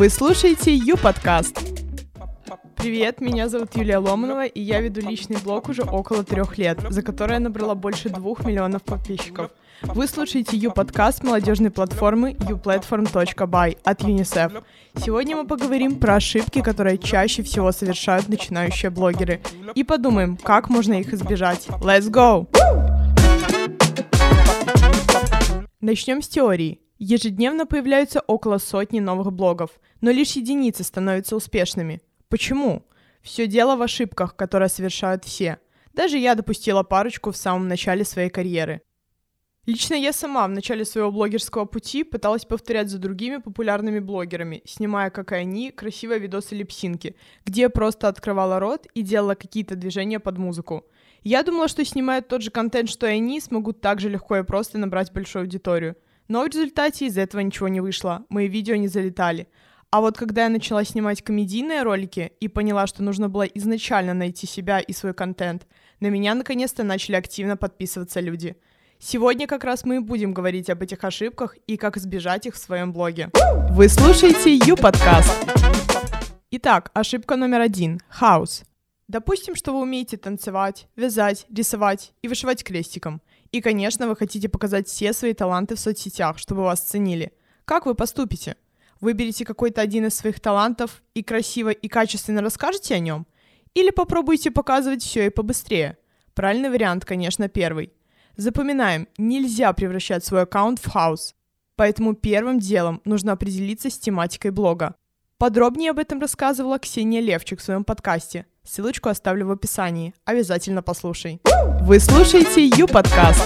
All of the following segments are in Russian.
Вы слушаете Ю-подкаст. Привет, меня зовут Юлия Ломанова, и я веду личный блог уже около 3 лет, за который я набрала больше 2 миллионов подписчиков. Вы слушаете Ю-подкаст молодежной платформы uplatform.by от ЮНИСЕФ. Сегодня мы поговорим про ошибки, которые чаще всего совершают начинающие блогеры, и подумаем, как можно их избежать. Let's go! Начнем с теории. Ежедневно появляются около сотни новых блогов, но лишь единицы становятся успешными. Почему? Все дело в ошибках, которые совершают все. Даже я допустила парочку в самом начале своей карьеры. Лично я сама в начале своего блогерского пути пыталась повторять за другими популярными блогерами, снимая, как и они, красивые видосы-липсинки, где я просто открывала рот и делала какие-то движения под музыку. Я думала, что снимая тот же контент, что и они, смогу так же легко и просто набрать большую аудиторию. Но в результате из этого ничего не вышло, мои видео не залетали. А вот когда я начала снимать комедийные ролики и поняла, что нужно было изначально найти себя и свой контент, на меня наконец-то начали активно подписываться люди. Сегодня как раз мы и будем говорить об этих ошибках и как избежать их в своем блоге. Вы слушаете Ю-подкаст. Итак, ошибка номер 1. Хаос. Допустим, что вы умеете танцевать, вязать, рисовать и вышивать крестиком. И, конечно, вы хотите показать все свои таланты в соцсетях, чтобы вас ценили. Как вы поступите? Выберите какой-то один из своих талантов и красиво и качественно расскажете о нем? Или попробуйте показывать все и побыстрее? Правильный вариант, конечно, первый. Запоминаем, нельзя превращать свой аккаунт в хаос. Поэтому первым делом нужно определиться с тематикой блога. Подробнее об этом рассказывала Ксения Левчик в своем подкасте. Ссылочку оставлю в описании. Обязательно послушай. Вы слушаете Ю-подкаст.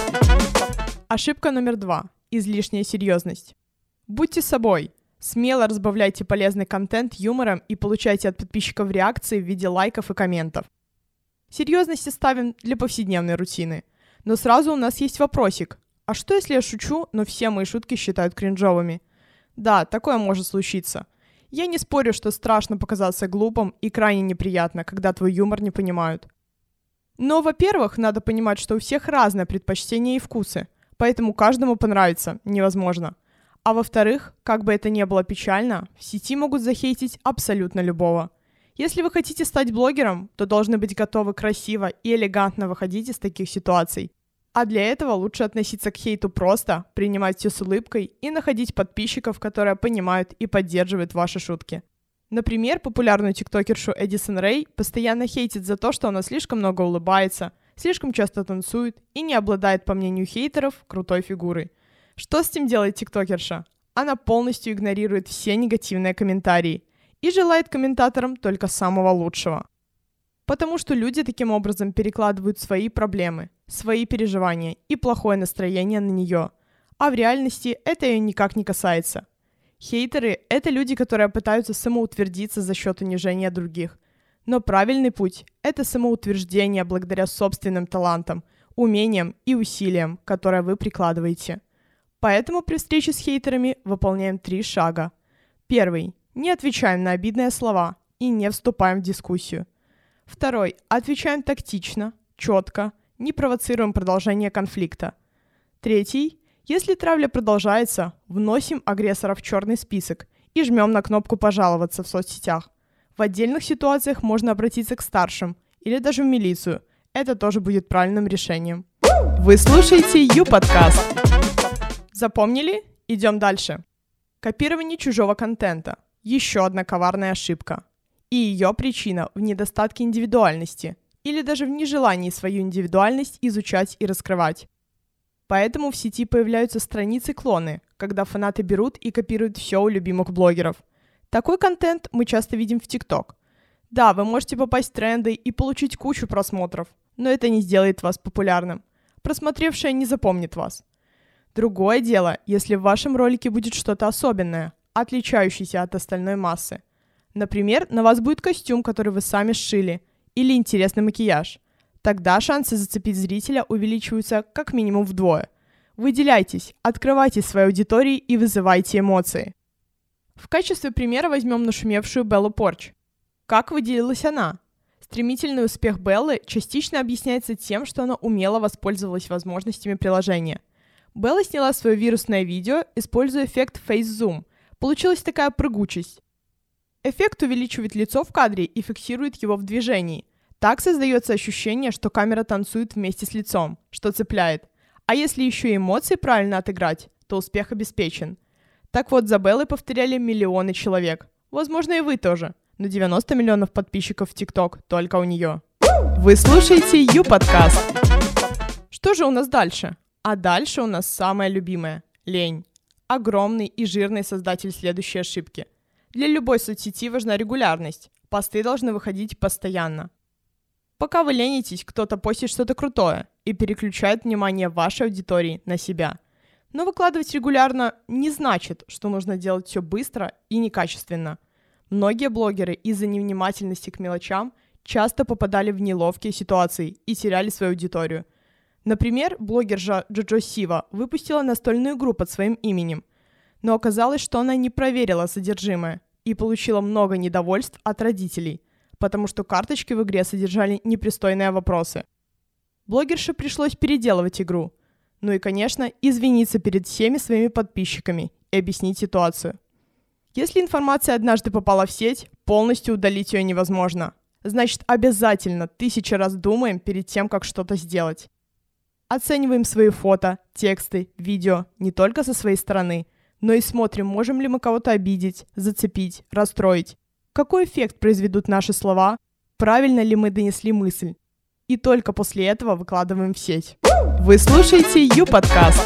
Ошибка номер 2. Излишняя серьезность. Будьте собой. Смело разбавляйте полезный контент юмором и получайте от подписчиков реакции в виде лайков и комментов. Серьезность оставим для повседневной рутины. Но сразу у нас есть вопросик. А что если я шучу, но все мои шутки считают кринжовыми? Да, такое может случиться. Я не спорю, что страшно показаться глупым и крайне неприятно, когда твой юмор не понимают. Но, во-первых, надо понимать, что у всех разные предпочтения и вкусы, поэтому каждому понравится невозможно. А во-вторых, как бы это ни было печально, в сети могут захейтить абсолютно любого. Если вы хотите стать блогером, то должны быть готовы красиво и элегантно выходить из таких ситуаций. А для этого лучше относиться к хейту просто, принимать все с улыбкой и находить подписчиков, которые понимают и поддерживают ваши шутки. Например, популярную тиктокершу Эдисон Рэй постоянно хейтит за то, что она слишком много улыбается, слишком часто танцует и не обладает, по мнению хейтеров, крутой фигурой. Что с этим делает тиктокерша? Она полностью игнорирует все негативные комментарии и желает комментаторам только самого лучшего. Потому что люди таким образом перекладывают свои проблемы, свои переживания и плохое настроение на нее. А в реальности это ее никак не касается. Хейтеры – это люди, которые пытаются самоутвердиться за счет унижения других. Но правильный путь – это самоутверждение благодаря собственным талантам, умениям и усилиям, которые вы прикладываете. Поэтому при встрече с хейтерами выполняем 3 шага. Первый – не отвечаем на обидные слова и не вступаем в дискуссию. Второй – отвечаем тактично, четко, не провоцируем продолжение конфликта. Третий – если травля продолжается, вносим агрессора в черный список и жмем на кнопку «Пожаловаться» в соцсетях. В отдельных ситуациях можно обратиться к старшим или даже в милицию. Это тоже будет правильным решением. Вы слушаете Ю-подкаст. Запомнили? Идем дальше. Копирование чужого контента. Еще одна коварная ошибка. И ее причина в недостатке индивидуальности или даже в нежелании свою индивидуальность изучать и раскрывать. Поэтому в сети появляются страницы-клоны, когда фанаты берут и копируют все у любимых блогеров. Такой контент мы часто видим в ТикТок. Да, вы можете попасть в тренды и получить кучу просмотров, но это не сделает вас популярным. Просмотревшие не запомнит вас. Другое дело, если в вашем ролике будет что-то особенное, отличающееся от остальной массы. Например, на вас будет костюм, который вы сами сшили, или интересный макияж. Тогда шансы зацепить зрителя увеличиваются как минимум вдвое. Выделяйтесь, открывайте своей аудитории и вызывайте эмоции. В качестве примера возьмем нашумевшую Беллу Порч. Как выделилась она? Стремительный успех Беллы частично объясняется тем, что она умело воспользовалась возможностями приложения. Белла сняла свое вирусное видео, используя эффект Face Zoom. Получилась такая прыгучесть. Эффект увеличивает лицо в кадре и фиксирует его в движении. Так создается ощущение, что камера танцует вместе с лицом, что цепляет. А если еще и эмоции правильно отыграть, то успех обеспечен. Так вот, за Беллой повторяли миллионы человек. Возможно, и вы тоже. Но 90 миллионов подписчиков в ТикТок только у нее. Вы слушаете Ю-подкаст. Что же у нас дальше? А дальше у нас самое любимое – лень. Огромный и жирный создатель следующей ошибки. Для любой соцсети важна регулярность. Посты должны выходить постоянно. Пока вы ленитесь, кто-то постит что-то крутое и переключает внимание вашей аудитории на себя. Но выкладывать регулярно не значит, что нужно делать все быстро и некачественно. Многие блогеры из-за невнимательности к мелочам часто попадали в неловкие ситуации и теряли свою аудиторию. Например, блогерша Джоджо Сива выпустила настольную игру под своим именем, но оказалось, что она не проверила содержимое и получила много недовольств от родителей, потому что карточки в игре содержали непристойные вопросы. Блогерше пришлось переделывать игру. Ну и, конечно, извиниться перед всеми своими подписчиками и объяснить ситуацию. Если информация однажды попала в сеть, полностью удалить ее невозможно. Значит, обязательно 1000 раз думаем перед тем, как что-то сделать. Оцениваем свои фото, тексты, видео не только со своей стороны, но и смотрим, можем ли мы кого-то обидеть, зацепить, расстроить. Какой эффект произведут наши слова, правильно ли мы донесли мысль. И только после этого выкладываем в сеть. Вы слушаете Ю-подкаст.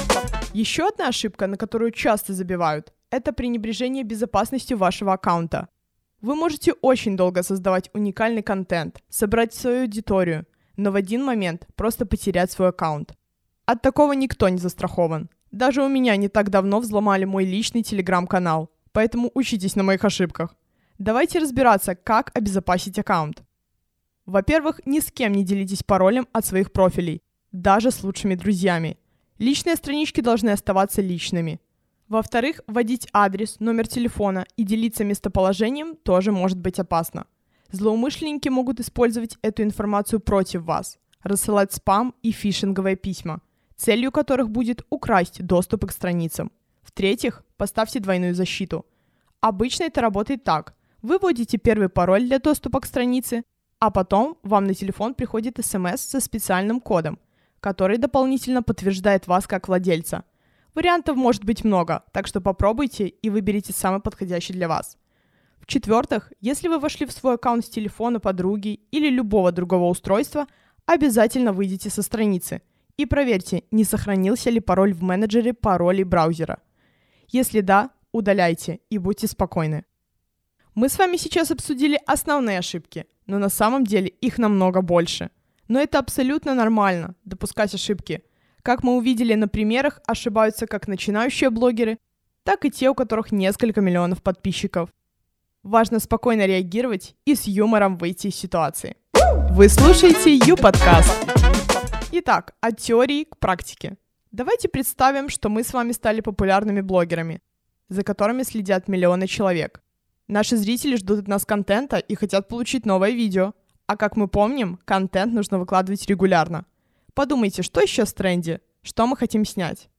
Еще одна ошибка, на которую часто забивают, это пренебрежение безопасностью вашего аккаунта. Вы можете очень долго создавать уникальный контент, собрать свою аудиторию, но в один момент просто потерять свой аккаунт. От такого никто не застрахован. Даже у меня не так давно взломали мой личный телеграм-канал, поэтому учитесь на моих ошибках. Давайте разбираться, как обезопасить аккаунт. Во-первых, ни с кем не делитесь паролем от своих профилей, даже с лучшими друзьями. Личные странички должны оставаться личными. Во-вторых, вводить адрес, номер телефона и делиться местоположением тоже может быть опасно. Злоумышленники могут использовать эту информацию против вас, рассылать спам и фишинговые письма, целью которых будет украсть доступ к страницам. В-третьих, поставьте двойную защиту. Обычно это работает так. Вы вводите первый пароль для доступа к странице, а потом вам на телефон приходит СМС со специальным кодом, который дополнительно подтверждает вас как владельца. Вариантов может быть много, так что попробуйте и выберите самый подходящий для вас. В-четвертых, если вы вошли в свой аккаунт с телефона подруги или любого другого устройства, обязательно выйдите со страницы и проверьте, не сохранился ли пароль в менеджере паролей браузера. Если да, удаляйте и будьте спокойны. Мы с вами сейчас обсудили основные ошибки, но на самом деле их намного больше. Но это абсолютно нормально, допускать ошибки. Как мы увидели на примерах, ошибаются как начинающие блогеры, так и те, у которых несколько миллионов подписчиков. Важно спокойно реагировать и с юмором выйти из ситуации. Вы слушаете Ю-подкаст. Итак, от теории к практике. Давайте представим, что мы с вами стали популярными блогерами, за которыми следят миллионы человек. Наши зрители ждут от нас контента и хотят получить новое видео. А как мы помним, контент нужно выкладывать регулярно. Подумайте, что еще в тренде? Что мы хотим снять?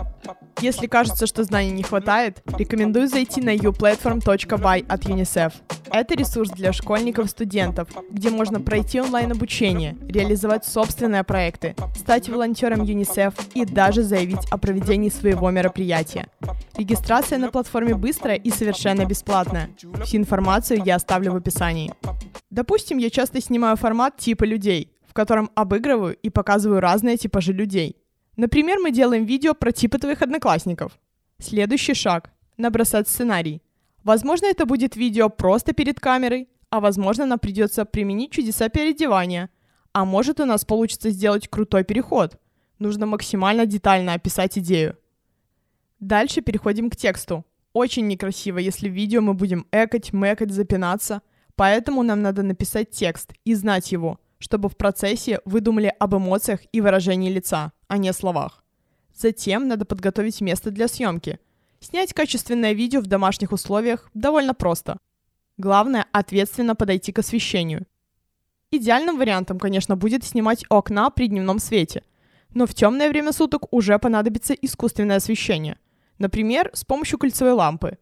Если кажется, что знаний не хватает, рекомендую зайти на uplatform.by от UNICEF. Это ресурс для школьников и студентов, где можно пройти онлайн-обучение, реализовать собственные проекты, стать волонтером ЮНИСЕФ и даже заявить о проведении своего мероприятия. Регистрация на платформе быстрая и совершенно бесплатная. Всю информацию я оставлю в описании. Допустим, я часто снимаю формат типа людей, в котором обыгрываю и показываю разные типажи людей. Например, мы делаем видео про типы твоих одноклассников. Следующий шаг – набросать сценарий. Возможно, это будет видео просто перед камерой, а возможно, нам придется применить чудеса переодевания. А может, у нас получится сделать крутой переход. Нужно максимально детально описать идею. Дальше переходим к тексту. Очень некрасиво, если в видео мы будем экать, мэкать, запинаться. Поэтому нам надо написать текст и знать его, чтобы в процессе вы думали об эмоциях и выражении лица, а не о словах. Затем надо подготовить место для съемки. Снять качественное видео в домашних условиях довольно просто. Главное – ответственно подойти к освещению. Идеальным вариантом, конечно, будет снимать у окна при дневном свете. Но в темное время суток уже понадобится искусственное освещение. Например, с помощью кольцевой лампы.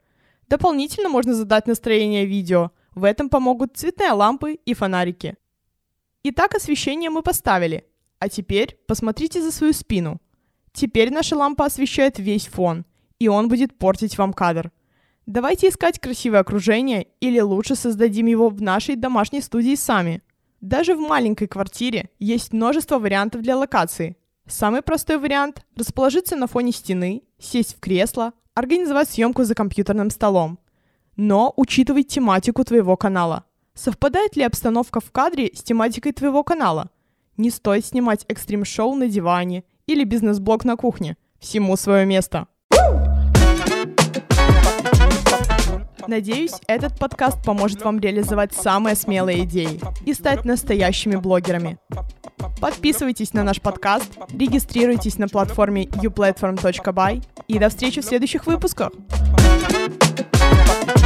Дополнительно можно задать настроение видео. В этом помогут цветные лампы и фонарики. Итак, освещение мы поставили. А теперь посмотрите за свою спину. Теперь наша лампа освещает весь фон, и он будет портить вам кадр. Давайте искать красивое окружение, или лучше создадим его в нашей домашней студии сами. Даже в маленькой квартире есть множество вариантов для локации. Самый простой вариант – расположиться на фоне стены, сесть в кресло, организовать съемку за компьютерным столом. Но учитывай тематику твоего канала. Совпадает ли обстановка в кадре с тематикой твоего канала? Не стоит снимать экстрим-шоу на диване или бизнес-блог на кухне. Всему свое место. Надеюсь, этот подкаст поможет вам реализовать самые смелые идеи и стать настоящими блогерами. Подписывайтесь на наш подкаст, регистрируйтесь на платформе uplatform.by и до встречи в следующих выпусках!